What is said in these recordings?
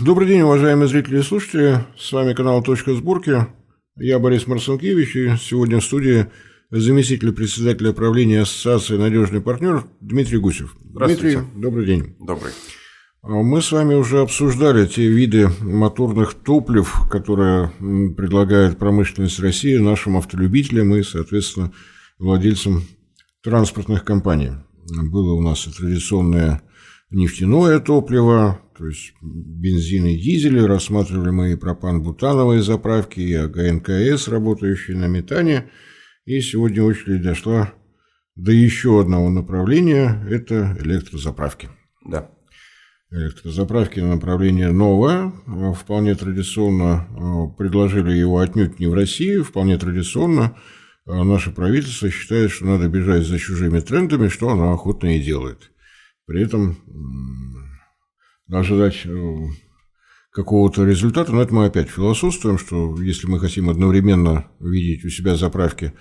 Добрый день, уважаемые зрители и слушатели. С вами канал «Точка сборки». Я Борис Марцинкевич, и сегодня в студии заместитель председателя правления Ассоциации «Надежный партнер» Дмитрий Гусев. Здравствуйте. Дмитрий, добрый день. Добрый. Мы с вами уже обсуждали те виды моторных топлив, которые предлагает промышленность России нашим автолюбителям и, соответственно, владельцам транспортных компаний. Было у нас и традиционное нефтяное топливо, то есть бензин и дизель, рассматривали мы и пропан-бутановые заправки, и АГНКС, работающие на метане. И сегодня очередь дошла до еще одного направления – это электрозаправки. Да. Электрозаправки направление новое, вполне традиционно предложили его отнюдь не в России, вполне традиционно наше правительство считает, что надо бежать за чужими трендами, что оно охотно и делает. При этом ожидать какого-то результата, но это мы опять философствуем, что если мы хотим одновременно видеть у себя заправки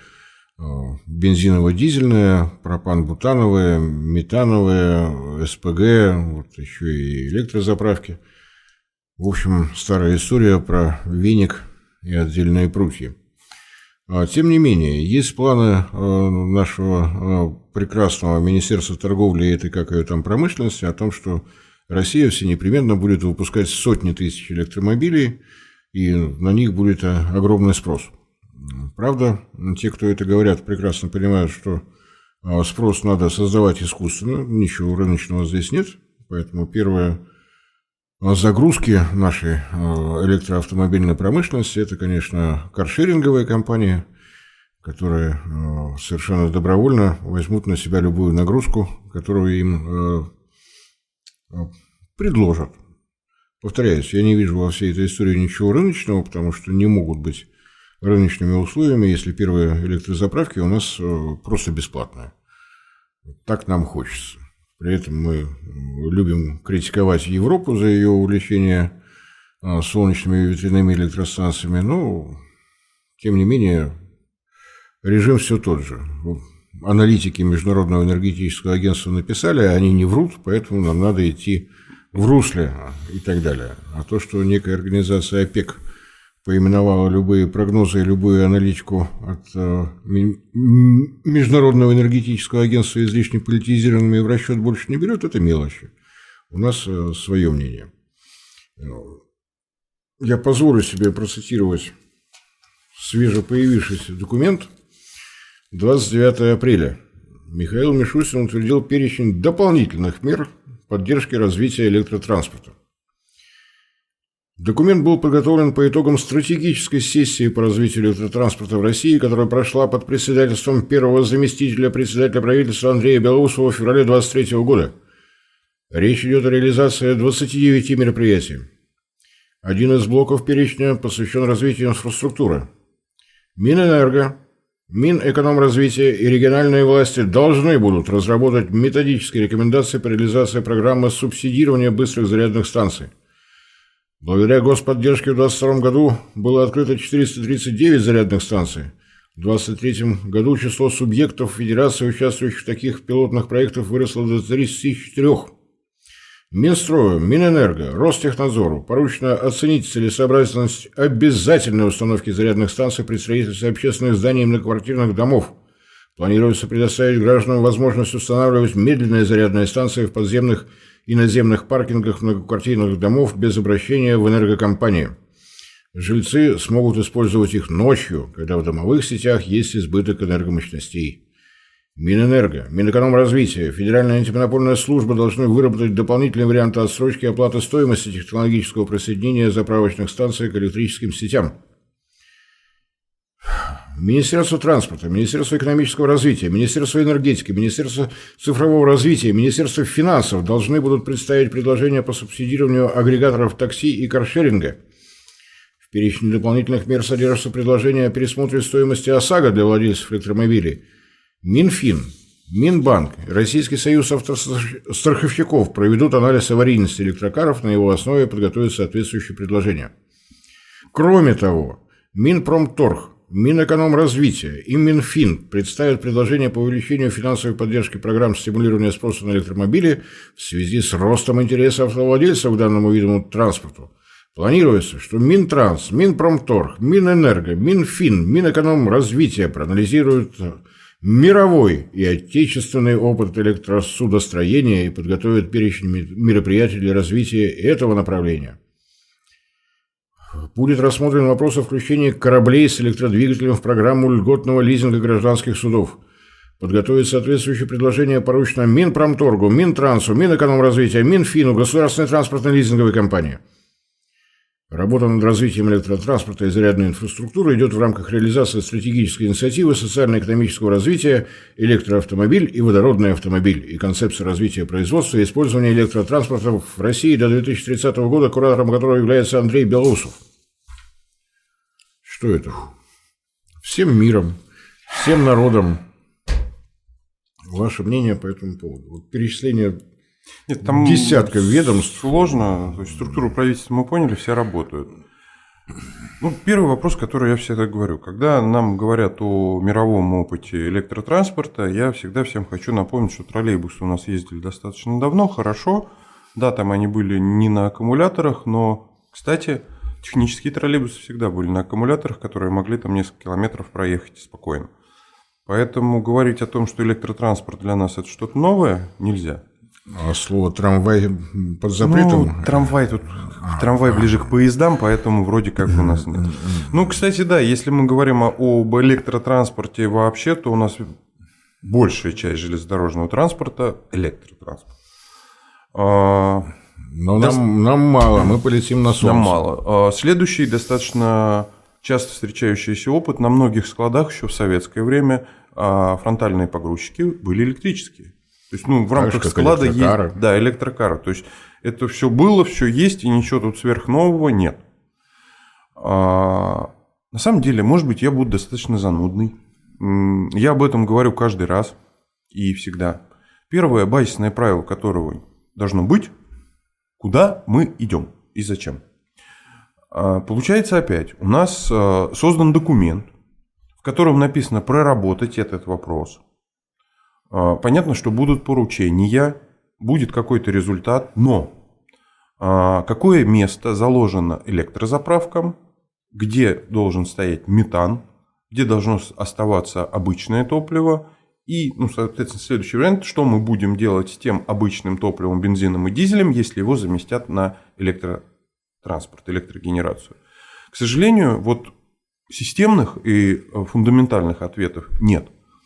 бензиново-дизельные, пропан-бутановые, метановые, СПГ, вот еще и электрозаправки. В общем, старая история про веник и отдельные прутья. Тем не менее, есть планы нашего прекрасного Министерства торговли и этой, как ее там, промышленности о том, что Россия всенепременно будет выпускать сотни тысяч электромобилей, и на них будет огромный спрос. Правда, те, кто это говорят, прекрасно понимают, что спрос надо создавать искусственно, ничего рыночного здесь нет, поэтому первые загрузки нашей электроавтомобильной промышленности – это, конечно, каршеринговые компании, которые совершенно добровольно возьмут на себя любую нагрузку, которую им предложат. Повторяюсь, я не вижу во всей этой истории ничего рыночного, потому что не могут быть рыночными условиями, если первые электрозаправки у нас просто бесплатные. Так нам хочется. При этом мы любим критиковать Европу за ее увлечение солнечными и ветряными электростанциями, но, тем не менее, режим все тот же. Аналитики Международного энергетического агентства написали, они не врут, поэтому нам надо идти в русле и так далее. А то, что некая организация ОПЕК поименовала любые прогнозы и любую аналитику от Международного энергетического агентства излишне политизированными в расчет больше не берет, это мелочи. У нас свое мнение. Я позволю себе процитировать свежепоявившийся документ. 29 апреля Михаил Мишустин утвердил перечень дополнительных мер поддержки развития электротранспорта. Документ был подготовлен по итогам стратегической сессии по развитию электротранспорта в России, которая прошла под председательством первого заместителя председателя правительства Андрея Белоусова в феврале 2023 года. Речь идет о реализации 29 мероприятий. Один из блоков перечня посвящен развитию инфраструктуры. Минэнерго, Минэкономразвития и региональные власти должны будут разработать методические рекомендации по реализации программы субсидирования быстрых зарядных станций. Благодаря господдержке в 2022 году было открыто 439 зарядных станций. В 2023 году число субъектов федерации, участвующих в таких пилотных проектах, выросло до 34. Минстрою, Минэнерго, Ростехнадзору поручено оценить целесообразность обязательной установки зарядных станций при строительстве общественных зданий и многоквартирных домов. Планируется предоставить гражданам возможность устанавливать медленные зарядные станции в подземных и наземных паркингах многоквартирных домов без обращения в энергокомпании. Жильцы смогут использовать их ночью, когда в домовых сетях есть избыток энергомощностей. Минэнерго, Минэкономразвития, Федеральная антимонопольная служба должны выработать дополнительные варианты отсрочки оплаты стоимости технологического присоединения заправочных станций к электрическим сетям. Министерство транспорта, Министерство экономического развития, Министерство энергетики, Министерство цифрового развития, Министерство финансов должны будут представить предложения по субсидированию агрегаторов такси и каршеринга. В перечне дополнительных мер содержатся предложения о пересмотре стоимости ОСАГО для владельцев электромобилей. Минфин, Минбанк, Российский союз автостраховщиков проведут анализ аварийности электрокаров, на его основе подготовят соответствующие предложения. Кроме того, Минпромторг Минэкономразвития и Минфин представят предложение по увеличению финансовой поддержки программ стимулирования спроса на электромобили в связи с ростом интереса автовладельцев к данному виду транспорту. Планируется, что Минтранс, Минпромторг, Минэнерго, Минфин, Минэкономразвития проанализируют мировой и отечественный опыт электросудостроения и подготовят перечень мероприятий для развития этого направления. Будет рассмотрен вопрос о включении кораблей с электродвигателем в программу льготного лизинга гражданских судов. Подготовить соответствующее предложение поручено Минпромторгу, Минтрансу, Минэкономразвития, Минфину, государственной транспортной лизинговой компании. Работа над развитием электротранспорта и зарядной инфраструктуры идет в рамках реализации стратегической инициативы социально-экономического развития «Электроавтомобиль и водородный автомобиль» и концепции развития производства и использования электротранспорта в России до 2030 года, куратором которого является Андрей Белоусов. Что это? Всем миром, всем народам. Ваше мнение по этому поводу? Вот перечисление... Нет, там десятка ведомств. Сложно. То есть структуру правительства мы поняли, все работают. Первый вопрос, который я всегда говорю. Когда нам говорят о мировом опыте электротранспорта, я всегда всем хочу напомнить, что троллейбусы у нас ездили достаточно давно, хорошо. Да, там они были не на аккумуляторах, но, кстати, технические троллейбусы всегда были на аккумуляторах, которые могли там несколько километров проехать спокойно. Поэтому говорить о том, что электротранспорт для нас это что-то новое, нельзя. А слово «трамвай» под запретом? Трамвай ближе к поездам, поэтому вроде как у нас нет. Кстати, да, если мы говорим об электротранспорте вообще, то у нас большая часть железнодорожного транспорта – электротранспорт. Но нам мало, мы полетим на солнце. Нам мало. Следующий достаточно часто встречающийся опыт: на многих складах еще в советское время фронтальные погрузчики были электрические. То есть, в рамках склада есть электрокары. То есть, это все было, все есть, и ничего тут сверхнового нет. На самом деле, может быть, я буду достаточно занудный. Я об этом говорю каждый раз и всегда. Первое базисное правило которого должно быть: куда мы идем и зачем. Получается, опять, у нас создан документ, в котором написано проработать этот вопрос. Понятно, что будут поручения, будет какой-то результат, но какое место заложено электрозаправкам, где должен стоять метан, где должно оставаться обычное топливо, и, соответственно, следующий вариант: что мы будем делать с тем обычным топливом, бензином и дизелем, если его заместят на электротранспорт, электрогенерацию. К сожалению, системных и фундаментальных ответов нет.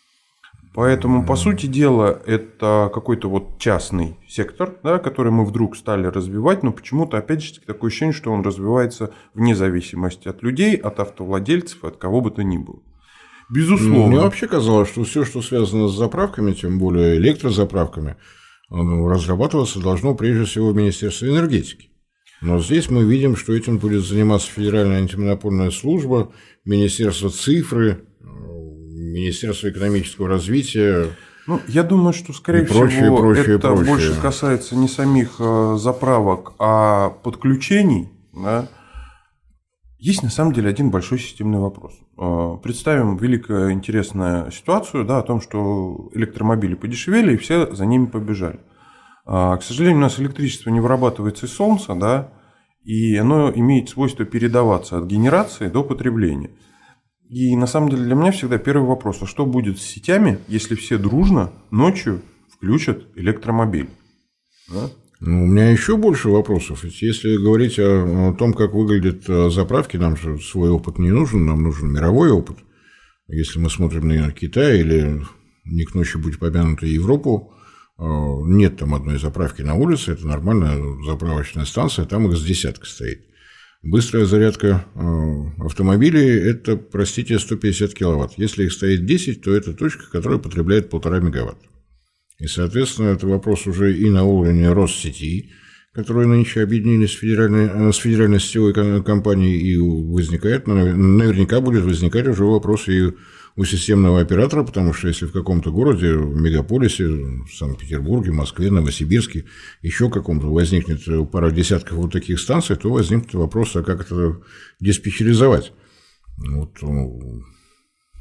Поэтому, по сути дела, это какой-то частный сектор, да, который мы вдруг стали развивать, но почему-то, опять же, такое ощущение, что он развивается вне зависимости от людей, от автовладельцев, от кого бы то ни было. Безусловно. Мне вообще казалось, что все, что связано с заправками, тем более электрозаправками, разрабатываться должно прежде всего в Министерстве энергетики. Но здесь мы видим, что этим будет заниматься Федеральная антимонопольная служба, Министерство цифры, Министерство экономического развития. Я думаю, что, скорее всего, это больше касается не самих заправок, а подключений. Да? Есть, на самом деле, один большой системный вопрос. Представим великую интересную ситуацию, да, о том, что электромобили подешевели, и все за ними побежали. К сожалению, у нас электричество не вырабатывается из солнца, да, и оно имеет свойство передаваться от генерации до потребления. И на самом деле для меня всегда первый вопрос: а что будет с сетями, если все дружно ночью включат электромобиль? Да? У меня еще больше вопросов. Ведь если говорить о том, как выглядят заправки, нам же свой опыт не нужен, нам нужен мировой опыт. Если мы смотрим на Китай или, не к ночи будь помянутой, Европу, нет там одной заправки на улице, это нормальная заправочная станция, там их с десятка стоит. Быстрая зарядка автомобилей – это, простите, 150 киловатт. Если их стоит 10, то это точка, которая потребляет 1,5 мегаватта. И, соответственно, это вопрос уже и на уровне Россети, которые нынче объединились с федеральной сетевой компанией, и возникает, наверняка будет возникать уже вопрос и у системного оператора, потому что если в каком-то городе, в мегаполисе, в Санкт-Петербурге, Москве, Новосибирске, еще каком-то возникнет пара десятков таких станций, то возникнет вопрос, а как это диспетчеризовать.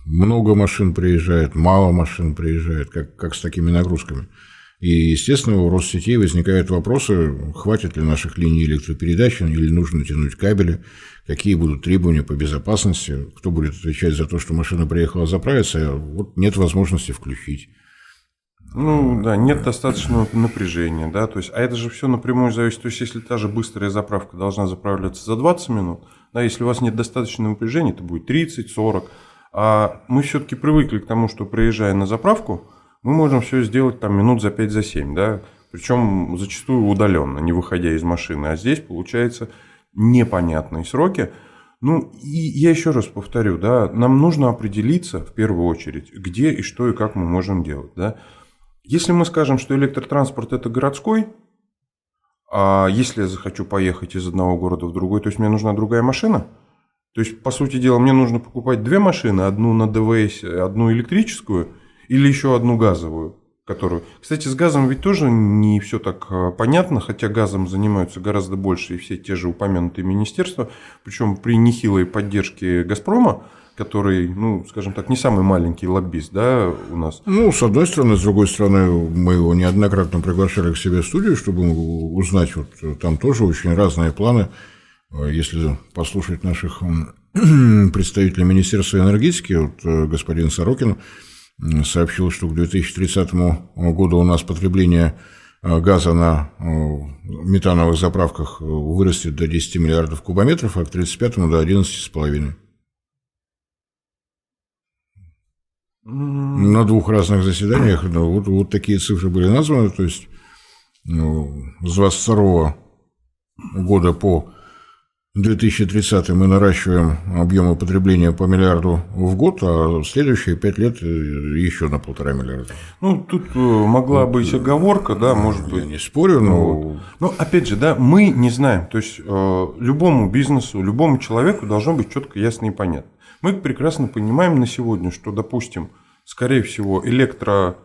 много машин приезжает, мало машин приезжает, как с такими нагрузками. И, естественно, у Россетей возникают вопросы, хватит ли наших линий электропередач, или нужно тянуть кабели, какие будут требования по безопасности, кто будет отвечать за то, что машина приехала заправиться, а вот нет возможности включить. Ну, да, нет достаточного напряжения, да, то есть, а это же все напрямую зависит, то есть, если та же быстрая заправка должна заправляться за 20 минут, да, если у вас нет достаточного напряжения, это будет 30-40, а мы все-таки привыкли к тому, что приезжая на заправку, мы можем все сделать там минут за 5-7, да, причем зачастую удаленно, не выходя из машины, а здесь получается непонятные сроки. Ну, и я еще раз повторю, да, нам нужно определиться в первую очередь, где и что и как мы можем делать, да. Если мы скажем, что электротранспорт – это городской, а если я захочу поехать из одного города в другой, то есть мне нужна другая машина, то есть, по сути дела, мне нужно покупать две машины, одну на ДВС, одну электрическую или еще одну газовую, которую… Кстати, с газом ведь тоже не все так понятно, хотя газом занимаются гораздо больше и все те же упомянутые министерства, причем при нехилой поддержке «Газпрома», который, ну, скажем так, не самый маленький лоббист, да, у нас. Ну, с одной стороны, с другой стороны, мы его неоднократно приглашали к себе в студию, чтобы узнать, вот там тоже очень разные планы. Если послушать наших представителей Министерства энергетики, вот господин Сорокин сообщил, что к 2030 году у нас потребление газа на метановых заправках вырастет до 10 миллиардов кубометров, а к 2035 до 11,5. На двух разных заседаниях вот такие цифры были названы, то есть с 2022 года по 2030 мы наращиваем объемы потребления по миллиарду в год, а следующие 5 лет еще на 1,5 миллиарда. Ну, тут могла быть оговорка, да, может быть. Я не спорю, но… Но, опять же, да, мы не знаем, то есть любому бизнесу, любому человеку должно быть четко, ясно и понятно. Мы прекрасно понимаем на сегодня, что, допустим, скорее всего, электрофуры,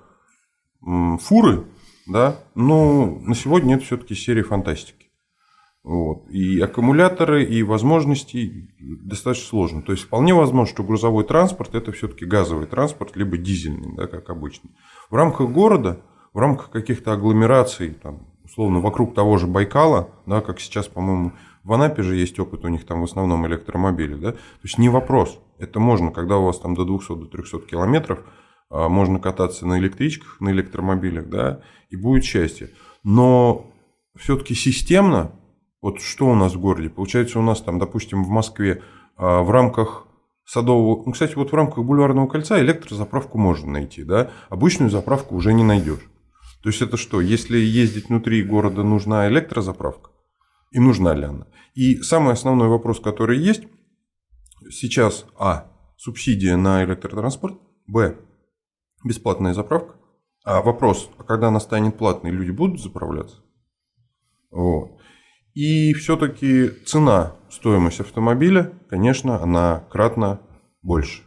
да, но на сегодня это все-таки серия фантастики. Вот. И аккумуляторы, и возможности достаточно сложно. То есть, вполне возможно, что грузовой транспорт – это все-таки газовый транспорт, либо дизельный, да, как обычно. В рамках города, в рамках каких-то агломераций, там, условно, вокруг того же Байкала, да, как сейчас, по-моему, в Анапе же есть опыт, у них там в основном электромобили, да, то есть не вопрос, это можно, когда у вас там до 200-300 километров, можно кататься на электричках, на электромобилях, да, и будет счастье. Но все-таки системно, вот что у нас в городе, получается у нас там, допустим, в Москве в рамках Садового, ну, кстати, вот в рамках Бульварного кольца электрозаправку можно найти, да, обычную заправку уже не найдешь. То есть это что, если ездить внутри города, нужна электрозаправка? И нужна ли она? И самый основной вопрос, который есть сейчас: субсидия на электротранспорт, бесплатная заправка. А вопрос, когда она станет платной, люди будут заправляться? Вот. И все-таки цена, стоимость автомобиля, конечно, она кратно больше.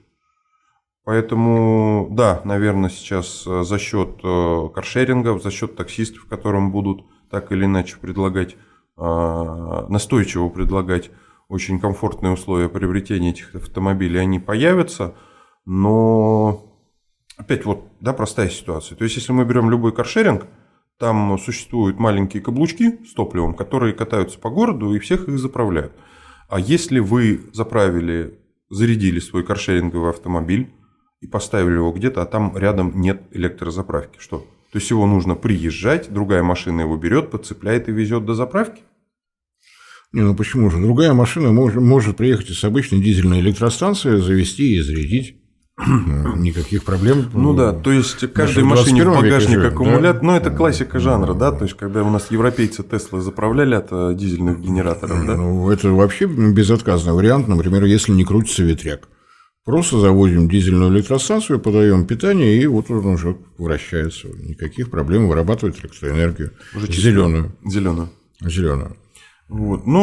Поэтому, да, наверное, сейчас за счет каршерингов, за счет таксистов, которым будут так или иначе предлагать, настойчиво предлагать очень комфортные условия приобретения этих автомобилей, они появятся, но опять вот, да, простая ситуация. То есть, если мы берем любой каршеринг, там существуют маленькие каблучки с топливом, которые катаются по городу и всех их заправляют. А если вы заправили, зарядили свой каршеринговый автомобиль и поставили его где-то, а там рядом нет электрозаправки, что? То есть, его нужно приезжать, другая машина его берет, подцепляет и везет до заправки? Не, ну почему же? Другая машина может приехать с обычной дизельной электростанции, завести и зарядить. Никаких проблем. Ну да, то есть каждой машине в багажник аккумулятор, да? Ну это классика жанра, да, то есть когда у нас европейцы Теслы заправляли от дизельных генераторов, да? Ну это вообще безотказный вариант, например, если не крутится ветряк. Просто заводим дизельную электростанцию, подаем питание, и вот он уже вращается. Никаких проблем, вырабатывает электроэнергию. Уже зеленую. Зеленую. Зеленую. Вот. Ну,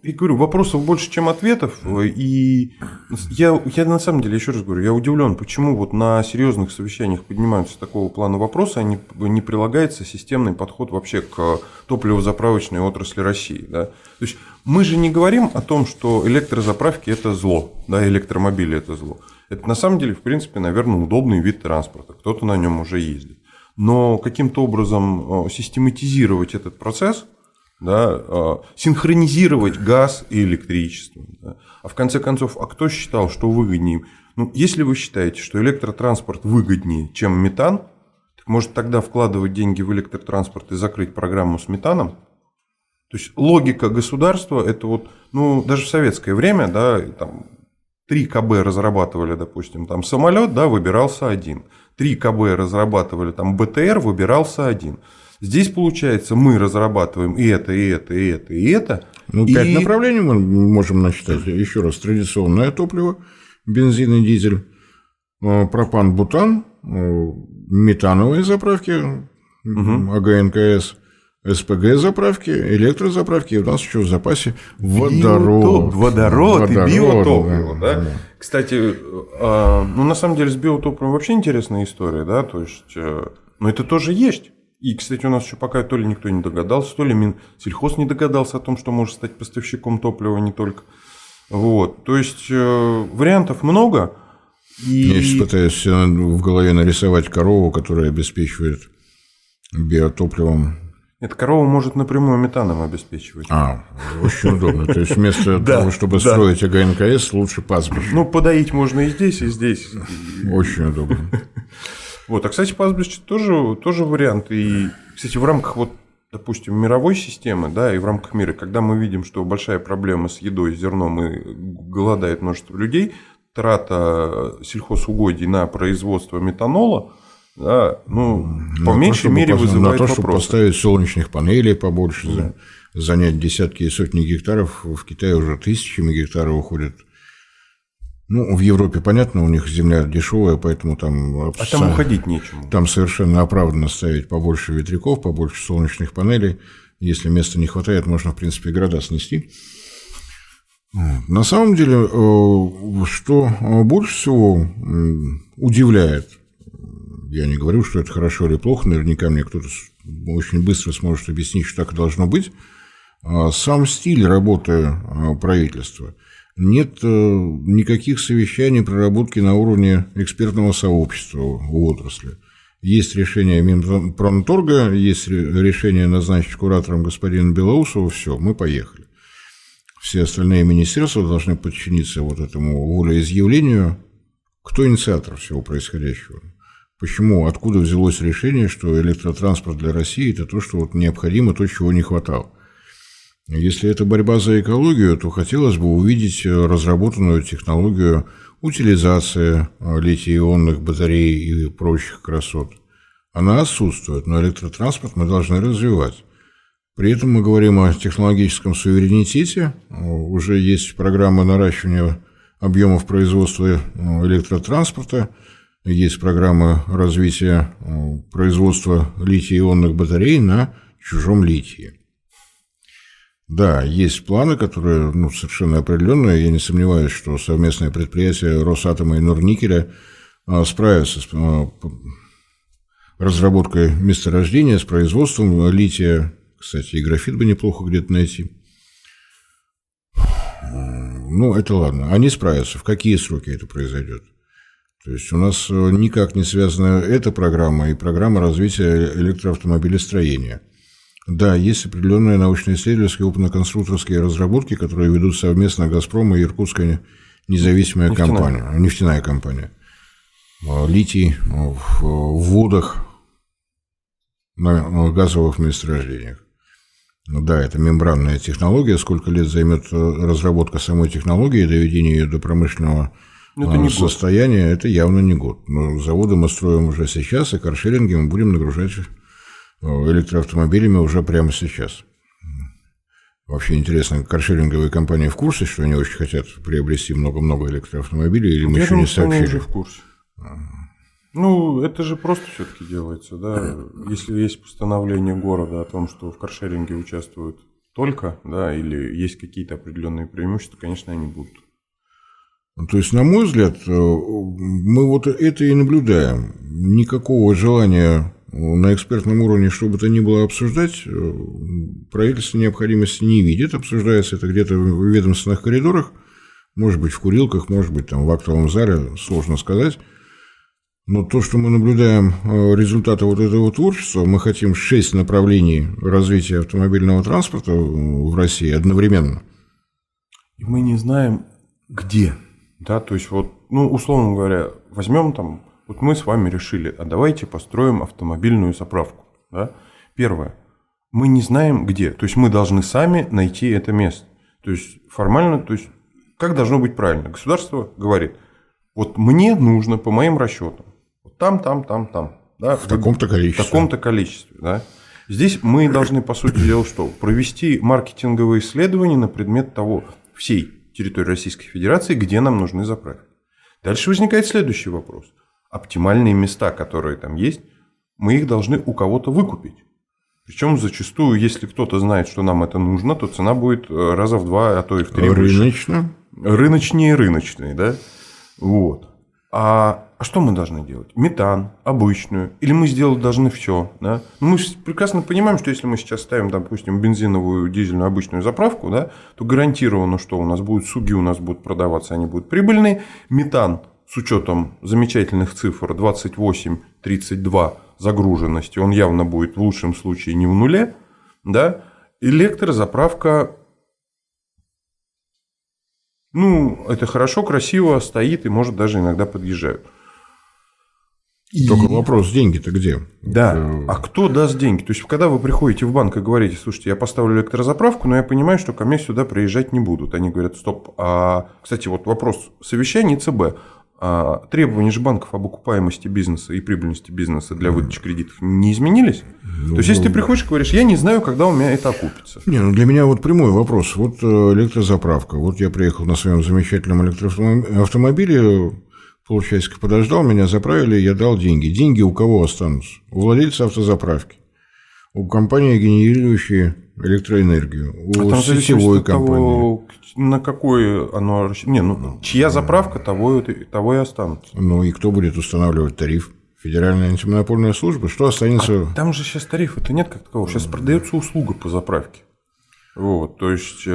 я говорю, вопросов больше, чем ответов. И я на самом деле, еще раз говорю, я удивлен, почему вот на серьезных совещаниях поднимаются такого плана вопросы, а не прилагается системный подход вообще к топливозаправочной отрасли России. Да? То есть мы же не говорим о том, что электрозаправки – это зло, да, электромобили – это зло. Это на самом деле, в принципе, наверное, удобный вид транспорта. Кто-то на нем уже ездит. Но каким-то образом систематизировать этот процесс, да, синхронизировать газ и электричество. Да. А в конце концов, а кто считал, что выгоднее? Ну, если вы считаете, что электротранспорт выгоднее, чем метан, так может тогда вкладывать деньги в электротранспорт и закрыть программу с метаном? То есть логика государства – это вот, ну, даже в советское время, да, там 3 КБ разрабатывали, допустим, там самолет, да, выбирался один. 3 КБ разрабатывали, там БТР, выбирался один. Здесь, получается, мы разрабатываем и это, и это, и это, и это. Ну, 5 направлений мы можем насчитать. Еще раз, традиционное топливо, бензин и дизель, пропан, бутан, метановые заправки, АГНКС, СПГ заправки, электрозаправки, и у нас еще в запасе водород и биотопливо. Да? Кстати, ну, на самом деле с биотопливом вообще интересная история, да, то есть, но это тоже есть. И, кстати, у нас еще пока то ли никто не догадался, то ли Минсельхоз не догадался о том, что может стать поставщиком топлива не только. Вот. То есть вариантов много. Я сейчас пытаюсь в голове нарисовать корову, которая обеспечивает биотопливом. Эта корова может напрямую метаном обеспечивать. Очень удобно. То есть вместо того, чтобы строить АГНКС, лучше пастбище. Ну, подоить можно и здесь, и здесь. Очень удобно. Вот, а, кстати, пастбище тоже вариант. И, кстати, в рамках, вот, допустим, мировой системы, да, и в рамках мира, когда мы видим, что большая проблема с едой, с зерном и голодает множество людей, трата сельхозугодий на производство метанола, да, ну, по меньшей мере вызывает на то, вопросы. чтобы поставить солнечных панелей побольше, занять десятки и сотни гектаров, в Китае уже тысячами гектаров уходят. Ну, в Европе, понятно, у них земля дешевая, поэтому там... А там уходить нечему. Там совершенно оправданно ставить побольше ветряков, побольше солнечных панелей. Если места не хватает, можно, в принципе, и города снести. На самом деле, что больше всего удивляет, я не говорю, что это хорошо или плохо, наверняка мне кто-то очень быстро сможет объяснить, что так и должно быть, сам стиль работы правительства. Нет никаких совещаний, проработки на уровне экспертного сообщества в отрасли. Есть решение Минпромторга, есть решение назначить куратором господина Белоусова, все, мы поехали. Все остальные министерства должны подчиниться вот этому волеизъявлению. Кто инициатор всего происходящего? Почему, откуда взялось решение, что электротранспорт для России – это то, что вот необходимо, то, чего не хватало? Если это борьба за экологию, то хотелось бы увидеть разработанную технологию утилизации литий-ионных батарей и прочих красот. Она отсутствует, но электротранспорт мы должны развивать. При этом мы говорим о технологическом суверенитете. Уже есть программа наращивания объемов производства электротранспорта, есть программа развития производства литий-ионных батарей на чужом литии. Да, есть планы, которые совершенно определенные. Я не сомневаюсь, что совместное предприятие Росатома и Норникеля справятся с разработкой месторождения, с производством лития. Кстати, и графит бы неплохо где-то найти. Ну, это ладно. Они справятся. В какие сроки это произойдет? То есть у нас никак не связана эта программа и программа развития электроавтомобилестроения. Да, есть определенные научно-исследовательские, опытно-конструкторские разработки, которые ведут совместно «Газпром» и Иркутская независимая нефтяная компания. Литий в водах на газовых месторождениях. Да, это мембранная технология. Сколько лет займет разработка самой технологии, доведение ее до промышленного состояния, это явно не год. Но заводы мы строим уже сейчас, и каршеринги мы будем нагружать электроавтомобилями уже прямо сейчас. Вообще интересно, каршеринговые компании в курсе, что они очень хотят приобрести много-много электроавтомобилей, или мы еще не сообщили? Я думаю, в курсе. Ну, это же просто все-таки делается, да. Если есть постановление города о том, что в каршеринге участвуют только, да, или есть какие-то определенные преимущества, конечно, они будут. То есть, на мой взгляд, мы вот это и наблюдаем. Никакого желания на экспертном уровне, что бы то ни было, обсуждать, правительство необходимости не видит. Обсуждается это где-то в ведомственных коридорах, может быть, в курилках, может быть, там, в актовом зале, сложно сказать. Но то, что мы наблюдаем результаты вот этого творчества, мы хотим 6 направлений развития автомобильного транспорта в России одновременно. И мы не знаем, где. Да, то есть, вот, ну, условно говоря, возьмем там, вот мы с вами решили, а давайте построим автомобильную заправку. Да? Первое. Мы не знаем, где. То есть, мы должны сами найти это место. То есть, формально, то есть, как должно быть правильно? Государство говорит, вот мне нужно, по моим расчетам, вот там. Да, в таком-то количестве. В таком-то количестве, да. Здесь мы должны, по сути дела, что? Провести маркетинговые исследования на предмет того, всей территории Российской Федерации, где нам нужны заправки. Дальше возникает следующий вопрос. Оптимальные места, которые там есть, мы их должны у кого-то выкупить. Причем зачастую, если кто-то знает, что нам это нужно, то цена будет раза в 2, а то и в 3 выше. Рыночные, да? Вот. А что мы должны делать? Метан, обычную. Или мы сделать должны все. Да? Мы прекрасно понимаем, что если мы сейчас ставим, допустим, бензиновую, дизельную, обычную заправку, да, то гарантированно, что у нас будут СУГИ, у нас будут продаваться, они будут прибыльные. Метан с учетом замечательных цифр 28-32 загруженности, он явно будет в лучшем случае не в нуле. Да? Электрозаправка, ну, это хорошо, красиво стоит и, может, даже иногда подъезжают. Только вопрос, деньги-то где? Да, а кто даст деньги? То есть, когда вы приходите в банк и говорите, слушайте, я поставлю электрозаправку, но я понимаю, что ко мне сюда приезжать не будут. Они говорят, стоп. Кстати, вот вопрос совещания ЦБ. Требования же банков об окупаемости бизнеса и прибыльности бизнеса для выдачи кредитов не изменились? То есть, если ты приходишь и говоришь, я не знаю, когда у меня это окупится. Не, ну для меня вот прямой вопрос. Вот электрозаправка. Вот я приехал на своем замечательном электроавтомобиле, полчасика подождал, меня заправили, я дал деньги. Деньги у кого останутся? У владельца автозаправки, у компании, генерирующей электроэнергию, у сетевой компании. Того, на какой оно... чья заправка, того и останутся. Ну и кто будет устанавливать тариф? Федеральная антимонопольная служба? Что останется? Там же сейчас тарифа-то нет как такового. Сейчас продается услуга по заправке. Вот, то есть,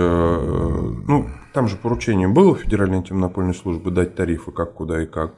там же поручение было Федеральной антимонопольной службы дать тарифы как, куда и как.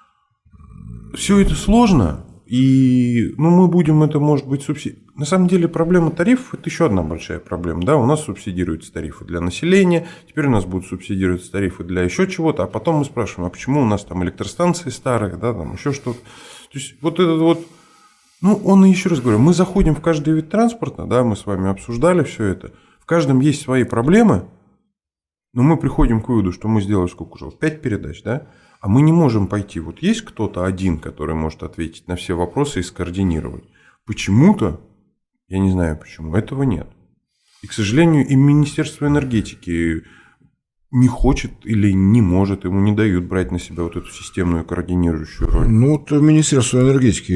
Все это сложно, и мы будем это, может быть, субсидировать. На самом деле, проблема тарифов – это еще одна большая проблема. Да? У нас субсидируются тарифы для населения, теперь у нас будут субсидироваться тарифы для еще чего-то, а потом мы спрашиваем, а почему у нас там электростанции старые, да, там еще что-то. То есть, вот этот вот, он, еще раз говорю, мы заходим в каждый вид транспорта, да, мы с вами обсуждали все это, в каждом есть свои проблемы, но мы приходим к выводу, что мы сделали сколько уже, 5 передач, да, а мы не можем пойти. Вот есть кто-то один, который может ответить на все вопросы и скоординировать. Почему-то, я не знаю почему, этого нет. И, к сожалению, и Министерство энергетики не хочет или не может, ему не дают брать на себя вот эту системную координирующую роль. Вот Министерство энергетики,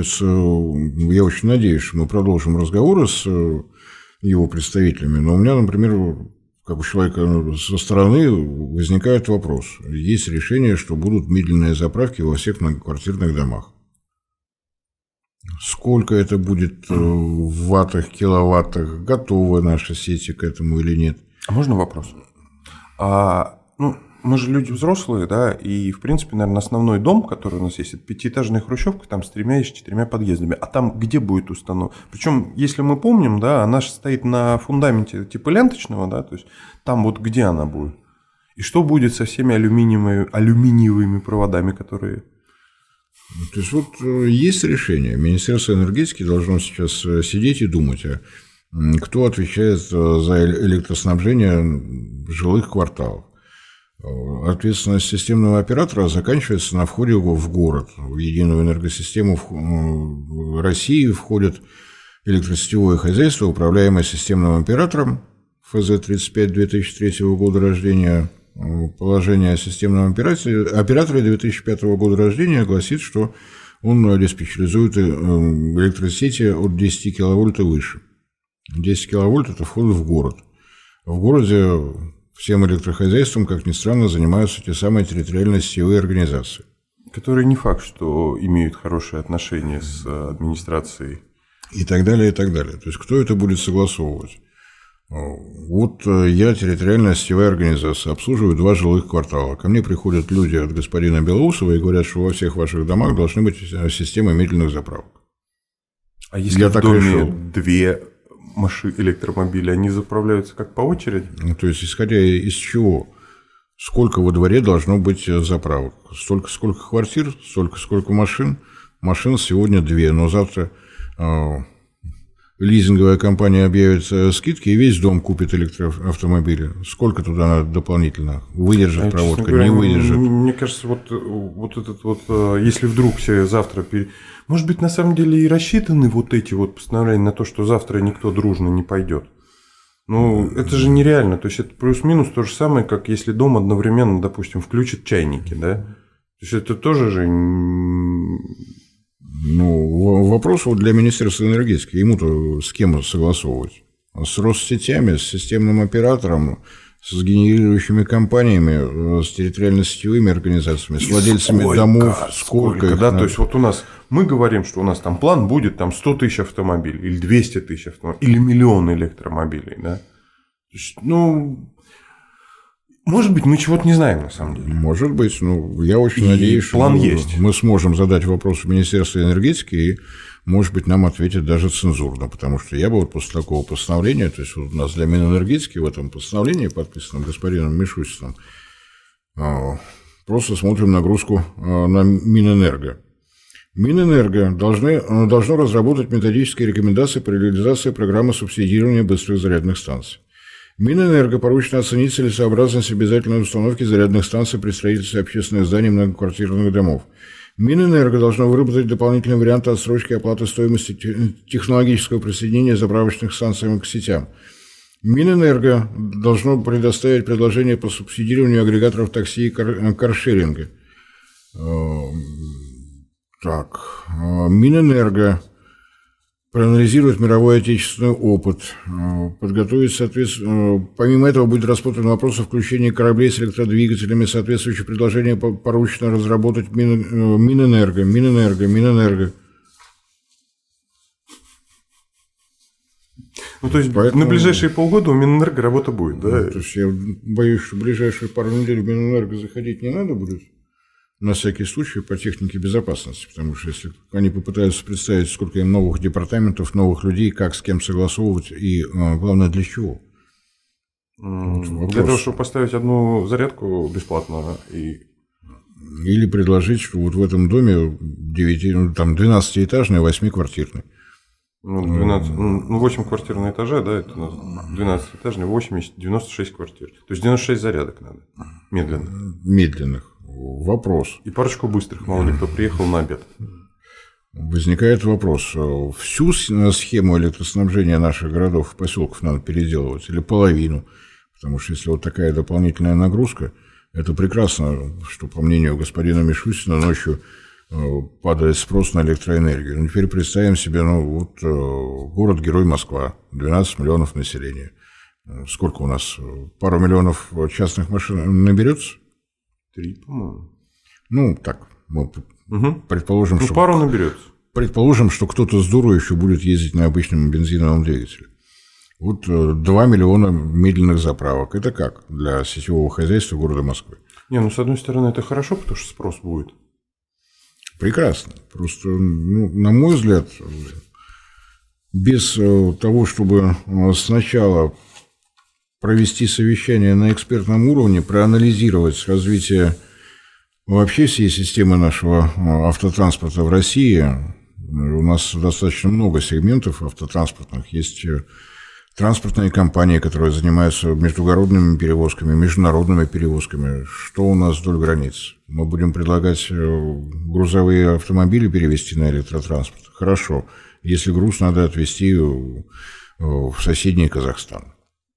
я очень надеюсь, что мы продолжим разговоры с его представителями, но у меня, например, как у человека со стороны возникает вопрос. Есть решение, что будут медленные заправки во всех многоквартирных домах. Сколько это будет в ваттах, киловаттах? Готовы наши сети к этому или нет? А можно вопрос? Мы же люди взрослые, да, и, в принципе, наверное, основной дом, который у нас есть, это пятиэтажная хрущевка, там с 3 или 4 подъездами. А там где будет установлена? Причем, если мы помним, да, она же стоит на фундаменте типа ленточного, да, то есть там вот где она будет? И что будет со всеми алюминиевыми проводами, которые... То есть, вот есть решение. Министерство энергетики должно сейчас сидеть и думать, кто отвечает за электроснабжение жилых кварталов. Ответственность системного оператора заканчивается на входе в город. В единую энергосистему России входит электросетевое хозяйство, управляемое системным оператором ФЗ-35 2003 года рождения. Положение о системном операторе 2005 года рождения гласит, что он диспетчеризует электросети от 10 киловольт и выше. 10 киловольт – это вход в город. В городе всем электрохозяйством, как ни странно, занимаются те самые территориально-сетевые организации. Которые не факт, что имеют хорошие отношения с администрацией. И так далее, и так далее. То есть, кто это будет согласовывать? Вот я территориальная сетевая организация, обслуживаю 2 жилых квартала. Ко мне приходят люди от господина Белоусова и говорят, что во всех ваших домах должны быть системы медленных заправок. А если я в доме 2 электромобиля, они заправляются как по очереди? То есть, исходя из чего? Сколько во дворе должно быть заправок? Столько, сколько квартир, столько, сколько машин. Машин сегодня 2, но завтра лизинговая компания объявит скидки, и весь дом купит электроавтомобили. Сколько туда надо дополнительно? Выдержит проводка, говоря, не выдержит? Мне кажется, вот этот вот, если вдруг все завтра... Может быть, на самом деле и рассчитаны вот эти вот постановления на то, что завтра никто дружно не пойдет. Ну, это же нереально. То есть, это плюс-минус то же самое, как если дом одновременно, допустим, включит чайники, да? То есть, это тоже же... Ну, вопрос вот для Министерства энергетики. Ему-то с кем согласовывать? С Россетями, с системным оператором, с генерирующими компаниями, с территориально-сетевыми организациями, с владельцами домов. Сколько их да? надо? То есть, вот у нас... Мы говорим, что у нас там план будет там 100 тысяч автомобилей, или 200 тысяч автомобилей, или 1 миллион электромобилей, да? То есть, ну... Может быть, мы чего-то не знаем, на самом деле. Может быть. Ну, я очень надеюсь, что мы сможем задать вопрос в Министерстве энергетики, и, может быть, нам ответят даже цензурно, потому что я бы вот после такого постановления, то есть, вот у нас для Минэнергетики в этом постановлении, подписанном господином Мишустиным, просто смотрим нагрузку на Минэнерго. Минэнерго должно разработать методические рекомендации по реализации программы субсидирования быстрых зарядных станций. Минэнерго поручено оценить целесообразность обязательной установки зарядных станций при строительстве общественных зданий многоквартирных домов. Минэнерго должно выработать дополнительные варианты отсрочки оплаты стоимости технологического присоединения заправочных станций к сетям. Минэнерго должно предоставить предложение по субсидированию агрегаторов такси и каршеринга. Так, Минэнерго проанализирует мировой отечественный опыт, подготовить соответственно. Помимо этого будет рассмотрен вопрос о включении кораблей с электродвигателями. Соответствующее предложение поручено разработать Минэнерго. Ну, то есть, на ближайшие полгода у Минэнерго работа будет, да? То есть, я боюсь, что в ближайшие пару недель в Минэнерго заходить не надо будет. На всякий случай по технике безопасности, потому что если они попытаются представить, сколько им новых департаментов, новых людей, как с кем согласовывать и, главное, для чего. Вот для того, чтобы поставить одну зарядку бесплатно. Или предложить, что вот в этом доме 12-этажный, 8-квартирный. 8 квартир на этаже, да, это 12-этажный, 96 квартир. То есть 96 зарядок надо, Медленных. Вопрос. И парочку быстрых, мало ли кто приехал на обед. Возникает вопрос. Всю схему электроснабжения наших городов и поселков надо переделывать или половину? Потому что если вот такая дополнительная нагрузка, это прекрасно, что, по мнению господина Мишустина, ночью падает спрос на электроэнергию. Ну, теперь представим себе, город-герой Москва, 12 миллионов населения. Сколько у нас? Пару миллионов частных машин наберется? 3, по-моему. Ну, так, предположим, что... пару наберется. Предположим, что кто-то с дуру еще будет ездить на обычном бензиновом двигателе. Вот 2 миллиона медленных заправок. Это как для сетевого хозяйства города Москвы? С одной стороны, это хорошо, потому что спрос будет. Прекрасно. Просто, на мой взгляд, без того, чтобы сначала провести совещание на экспертном уровне, проанализировать развитие вообще всей системы нашего автотранспорта в России. У нас достаточно много сегментов автотранспортных. Есть транспортные компании, которые занимаются междугородными перевозками, международными перевозками. Что у нас вдоль границ? Мы будем предлагать грузовые автомобили перевести на электротранспорт? Хорошо. Если груз надо отвезти в соседний Казахстан.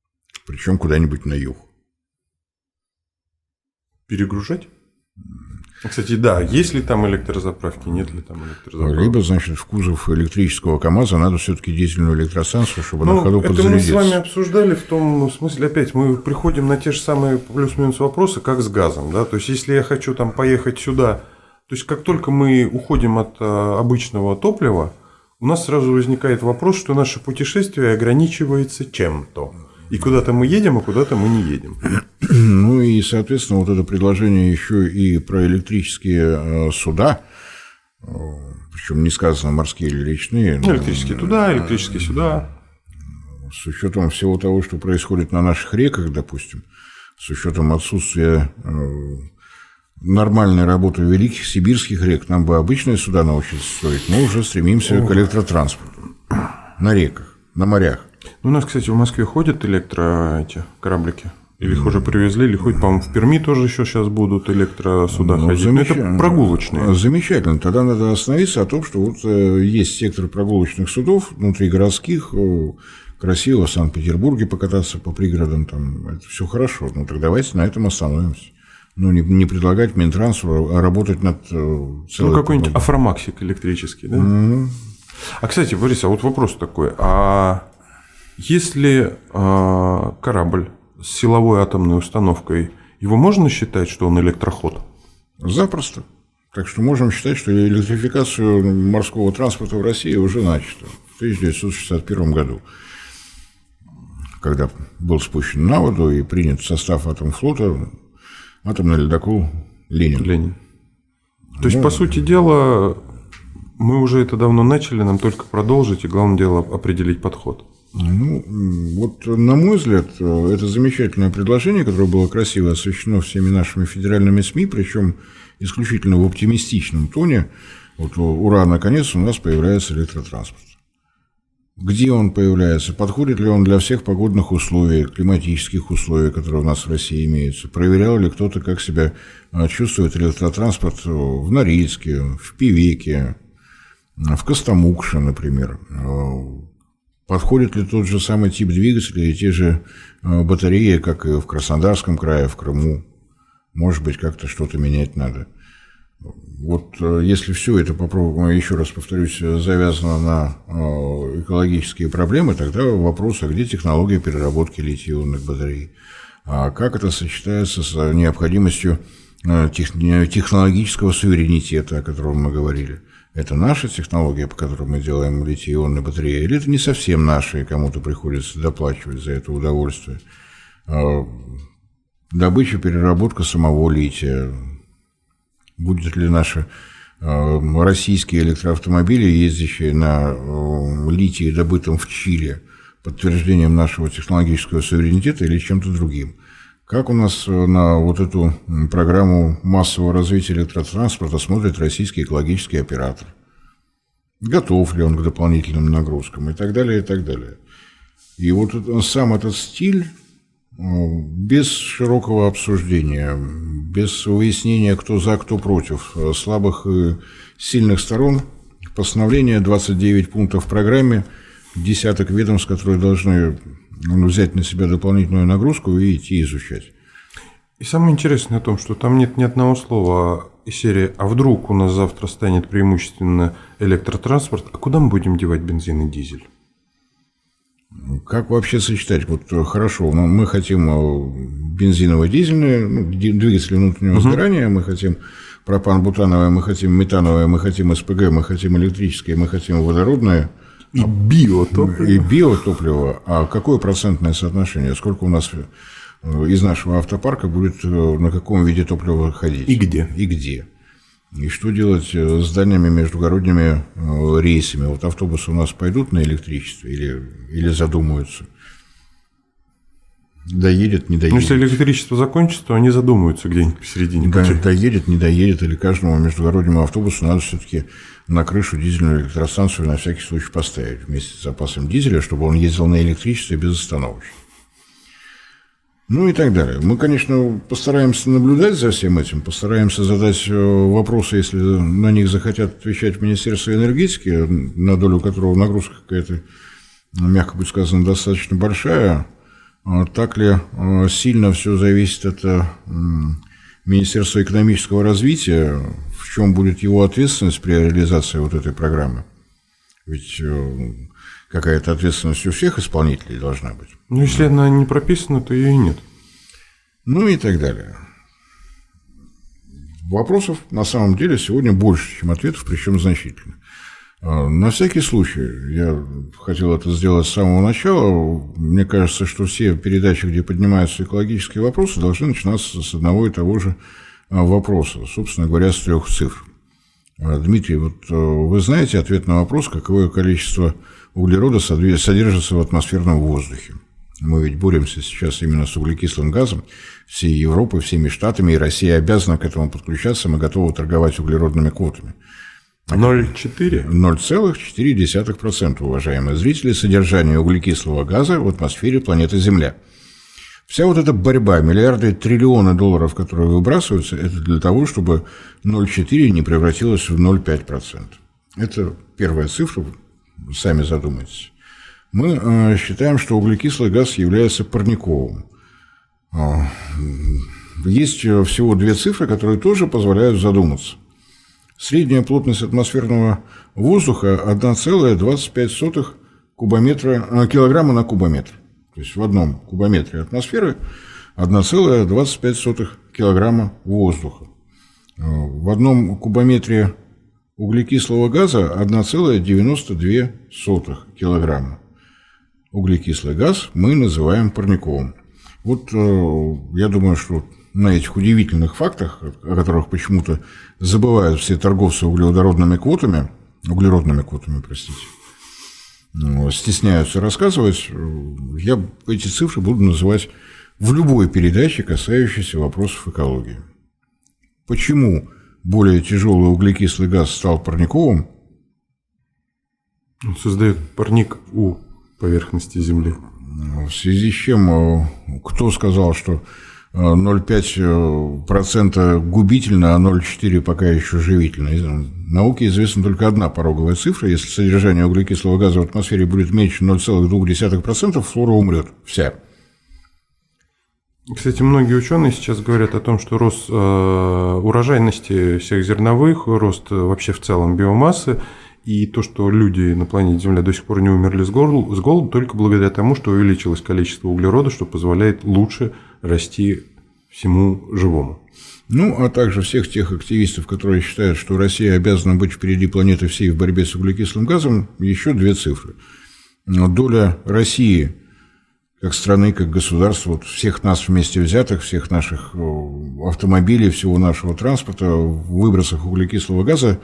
Причем куда-нибудь на юг. Перегружать? Кстати, да, есть ли там электрозаправки, нет ли там электрозаправки? Либо, значит, в кузов электрического КАМАЗа надо все-таки дизельную электростанцию, чтобы на ходу подзарядиться. Это мы с вами обсуждали в том смысле, опять мы приходим на те же самые плюс-минус вопросы, как с газом. Да? То есть, если я хочу там поехать сюда, то есть, как только мы уходим от обычного топлива, у нас сразу возникает вопрос, что наше путешествие ограничивается чем-то. И куда-то мы едем, а куда-то мы не едем. Ну и, соответственно, вот это предложение еще и про электрические суда, причем не сказано морские или речные. Электрические туда, электрические сюда. С учетом всего того, что происходит на наших реках, допустим, с учетом отсутствия нормальной работы великих сибирских рек, нам бы обычные суда научиться строить, мы уже стремимся к электротранспорту на реках, на морях. У нас, кстати, в Москве ходят кораблики. Или их уже привезли, или хоть, по-моему, в Перми тоже еще сейчас будут электросуда ходить. Но это прогулочные. Замечательно. Тогда надо остановиться о том, что вот есть сектор прогулочных судов внутригородских, красиво в Санкт-Петербурге покататься по пригородам, там это все хорошо. Ну так давайте на этом остановимся. Ну, не предлагать Минтрансу работать над целой... Ну, какой-нибудь Афромаксик электрический, да? Mm-hmm. А, кстати, Борис, а вот вопрос такой. А если корабль с силовой атомной установкой, его можно считать, что он электроход? Запросто. Так что можем считать, что электрификацию морского транспорта в России уже начата в 1961 году, когда был спущен на воду и принят в состав атомфлота атомный ледокол «Ленин». То есть, по сути дела, мы уже это давно начали, нам только продолжить, и главное дело определить подход. Ну, вот, на мой взгляд, это замечательное предложение, которое было красиво освещено всеми нашими федеральными СМИ, причем исключительно в оптимистичном тоне. Вот, ура, наконец у нас появляется электротранспорт. Где он появляется? Подходит ли он для всех погодных условий, климатических условий, которые у нас в России имеются? Проверял ли кто-то, как себя чувствует электротранспорт в Норильске, в Певеке, в Костомукше, например? Подходит ли тот же самый тип двигателя и те же батареи, как и в Краснодарском крае, в Крыму? Может быть, как-то что-то менять надо. Вот если все это, еще раз повторюсь, завязано на экологические проблемы, тогда вопрос, а где технология переработки литий-ионных батарей? А как это сочетается с необходимостью технологического суверенитета, о котором мы говорили? Это наша технология, по которой мы делаем литий-ионные батареи, или это не совсем наша, и кому-то приходится доплачивать за это удовольствие? Добыча, переработка самого лития. Будет ли наши российские электроавтомобили, ездящие на литии, добытом в Чили, подтверждением нашего технологического суверенитета или чем-то другим? Как у нас на вот эту программу массового развития электротранспорта смотрит российский экологический оператор? Готов ли он к дополнительным нагрузкам и так далее, и так далее. И вот сам этот стиль без широкого обсуждения, без выяснения, кто за, кто против, слабых и сильных сторон, постановление 29 пунктов в программе, десяток ведомств, которые должны взять на себя дополнительную нагрузку и идти изучать. И самое интересное о том, что там нет ни одного слова из серии «А вдруг у нас завтра станет преимущественно электротранспорт, а куда мы будем девать бензин и дизель?» Как вообще сочетать? Вот хорошо, мы хотим бензиново-дизельные, двигатели внутреннего сгорания, мы хотим пропан-бутановое, мы хотим метановое, мы хотим СПГ, мы хотим электрическое, мы хотим водородное. И биотопливо. А какое процентное соотношение? Сколько у нас из нашего автопарка будет на каком виде топлива ходить? И где? И что делать с дальними междугородними рейсами? Вот автобусы у нас пойдут на электричество или задумаются? Доедет, не доедет? Ну, если электричество закончится, то они задумаются где-нибудь посередине. Да, доедет, не доедет, или каждому междугороднему автобусу надо все-таки на крышу дизельную электростанцию на всякий случай поставить вместе с запасом дизеля, чтобы он ездил на электричестве безостановочно. Ну и так далее. Мы, конечно, постараемся наблюдать за всем этим, постараемся задать вопросы, если на них захотят отвечать в Министерство энергетики, на долю которого нагрузка какая-то, мягко будет сказано, достаточно большая. Так ли сильно все зависит от Министерства экономического развития, в чем будет его ответственность при реализации вот этой программы. Ведь какая-то ответственность у всех исполнителей должна быть. Ну, если она не прописана, то ее и нет. Ну и так далее. Вопросов на самом деле сегодня больше, чем ответов, причем значительно. На всякий случай, я хотел это сделать с самого начала. Мне кажется, что все передачи, где поднимаются экологические вопросы, должны начинаться с одного и того же вопроса, собственно говоря, с 3 цифр. Дмитрий, вот вы знаете ответ на вопрос, какое количество углерода содержится в атмосферном воздухе? Мы ведь боремся сейчас именно с углекислым газом всей Европы, всеми штатами, и Россия обязана к этому подключаться, мы готовы торговать углеродными квотами. 0,4? 0,4%, уважаемые зрители, содержание углекислого газа в атмосфере планеты Земля. Вся вот эта борьба, миллиарды, триллионы долларов, которые выбрасываются, это для того, чтобы 0,4 не превратилось в 0,5%. Это первая цифра, сами задумайтесь. Мы считаем, что углекислый газ является парниковым. Есть всего 2 цифры, которые тоже позволяют задуматься. Средняя плотность атмосферного воздуха 1,25 килограмма на кубометр. То есть в одном кубометре атмосферы 1,25 килограмма воздуха. В одном кубометре углекислого газа 1,92 килограмма. Углекислый газ мы называем парниковым. Вот я думаю, что на этих удивительных фактах, о которых почему-то забывают все торговцы углеродными квотами, стесняются рассказывать, я эти цифры буду называть в любой передаче, касающейся вопросов экологии. Почему более тяжелый углекислый газ стал парниковым? Он создает парник у поверхности Земли. В связи с чем, кто сказал, что 0,5% губительно, а 0,4% пока еще живительно? Науке известна только одна пороговая цифра. Если содержание углекислого газа в атмосфере будет меньше 0,2%, флора умрет вся. Кстати, многие ученые сейчас говорят о том, что рост урожайности всех зерновых, рост вообще в целом биомассы и то, что люди на планете Земля до сих пор не умерли с голоду, только благодаря тому, что увеличилось количество углерода, что позволяет лучше расти всему живому. Ну, а также всех тех активистов, которые считают, что Россия обязана быть впереди планеты всей в борьбе с углекислым газом, еще 2 цифры. Доля России как страны, как государства, вот всех нас вместе взятых, всех наших автомобилей, всего нашего транспорта в выбросах углекислого газа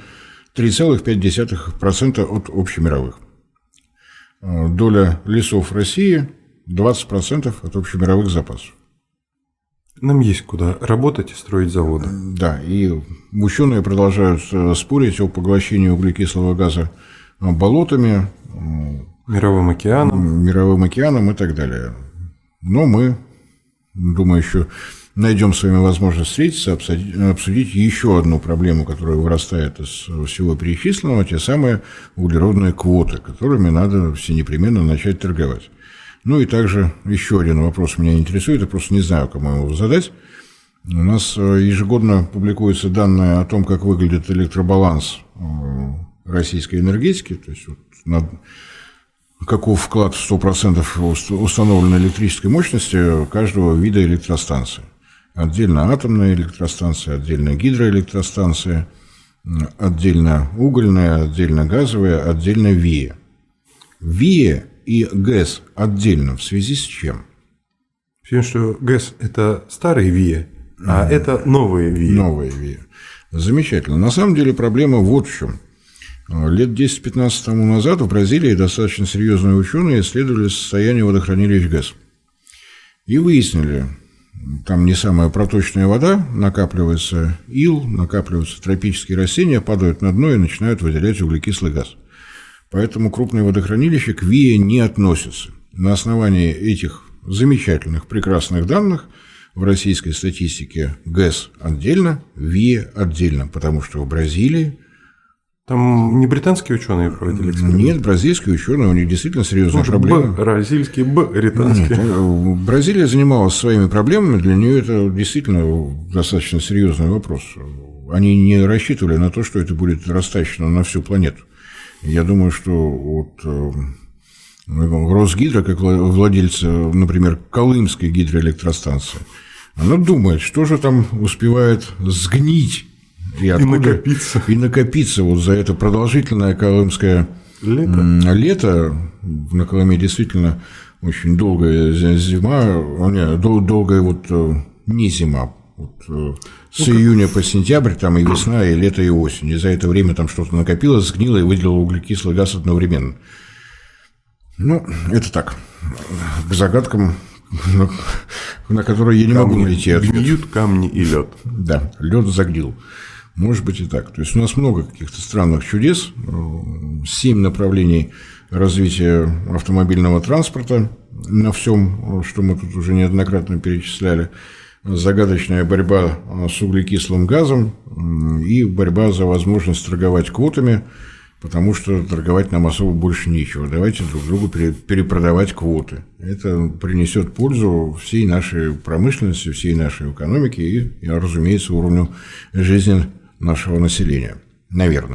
3,5% от общемировых. Доля лесов России 20% от общемировых запасов. Нам есть куда работать и строить заводы. Да, и ученые продолжают спорить о поглощении углекислого газа болотами, мировым океаном и так далее. Но мы, думаю, еще найдем с вами возможность встретиться, обсудить еще одну проблему, которая вырастает из всего перечисленного, те самые углеродные квоты, которыми надо всенепременно начать торговать. Ну и также еще один вопрос меня интересует, я просто не знаю, кому его задать. У нас ежегодно публикуются данные о том, как выглядит электробаланс российской энергетики, то есть вот каков вклад в 100% установленной электрической мощности каждого вида электростанции. Отдельно атомная электростанция, отдельно гидроэлектростанция, отдельно угольная, отдельно газовая, отдельно ВИЭ. ВИЭ и ГЭС отдельно в связи с чем? Потому что ГЭС – это старые ВИЭ, а это новые ВИЭ. Новые ВИЭ. Замечательно. На самом деле проблема вот в чем. Лет 10-15 тому назад в Бразилии достаточно серьезные ученые исследовали состояние водохранилищ ГЭС. И выяснили, там не самая проточная вода, накапливается ил, накапливаются тропические растения, падают на дно и начинают выделять углекислый газ. Поэтому крупные водохранилища к ВИЭ не относятся. На основании этих замечательных, прекрасных данных в российской статистике ГЭС отдельно, ВИЭ отдельно, потому что в Бразилии Там не британские ученые проводили эксперимент? Нет, бразильские ученые, у них действительно серьезные проблемы. Бразильские, британские. Нет, Бразилия занималась своими проблемами, для нее это действительно достаточно серьезный вопрос. Они не рассчитывали на то, что это будет растащено на всю планету. Я думаю, что вот Росгидро, как владельцы, например, Колымской гидроэлектростанции, она думает, что же там успевает сгнить и накопиться вот за это продолжительное колымское лето. На Колыме действительно очень долгая зима, долгая вот не зима. Вот, с июня по сентябрь там и весна, и лето, и осень. И за это время там что-то накопилось, сгнило и выделило углекислый газ одновременно. Ну, это так. К загадкам, на которые я не могу найти ответ. Гниют камни и лед. Да, лед загнил. Может быть и так. То есть у нас много каких-то странных чудес, 7 направлений развития автомобильного транспорта на всем, что мы тут уже неоднократно перечисляли. Загадочная борьба с углекислым газом и борьба за возможность торговать квотами, потому что торговать нам особо больше нечего. Давайте друг другу перепродавать квоты. Это принесет пользу всей нашей промышленности, всей нашей экономике и, разумеется, уровню жизни нашего населения. Наверное.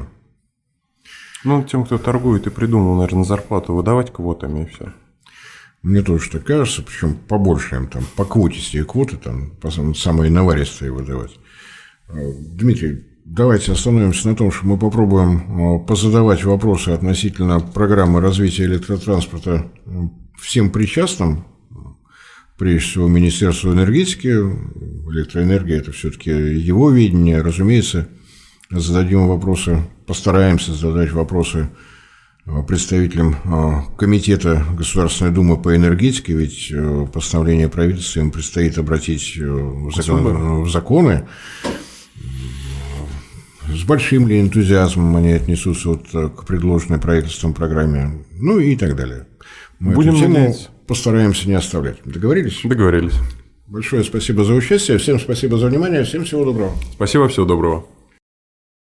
Ну, тем, кто торгует и придумал, наверное, зарплату выдавать квотами, и все. Мне тоже так кажется, причем побольше им там, по квотистые квоты, там, самые наваристые выдавать. Дмитрий, давайте остановимся на том, что мы попробуем позадавать вопросы относительно программы развития электротранспорта всем причастным, прежде всего Министерству энергетики. Электроэнергия – это все-таки его видение. Разумеется, зададим вопросы, постараемся задать вопросы представителям Комитета Государственной Думы по энергетике, ведь постановление правительства им предстоит обратить в законы. С большим ли энтузиазмом они отнесутся вот к предложенной правительством программе, ну и так далее. Мы Будем эту тему надеяться. Постараемся не оставлять. Договорились? Договорились. Большое спасибо за участие, всем спасибо за внимание, всем всего доброго. Спасибо, всего доброго.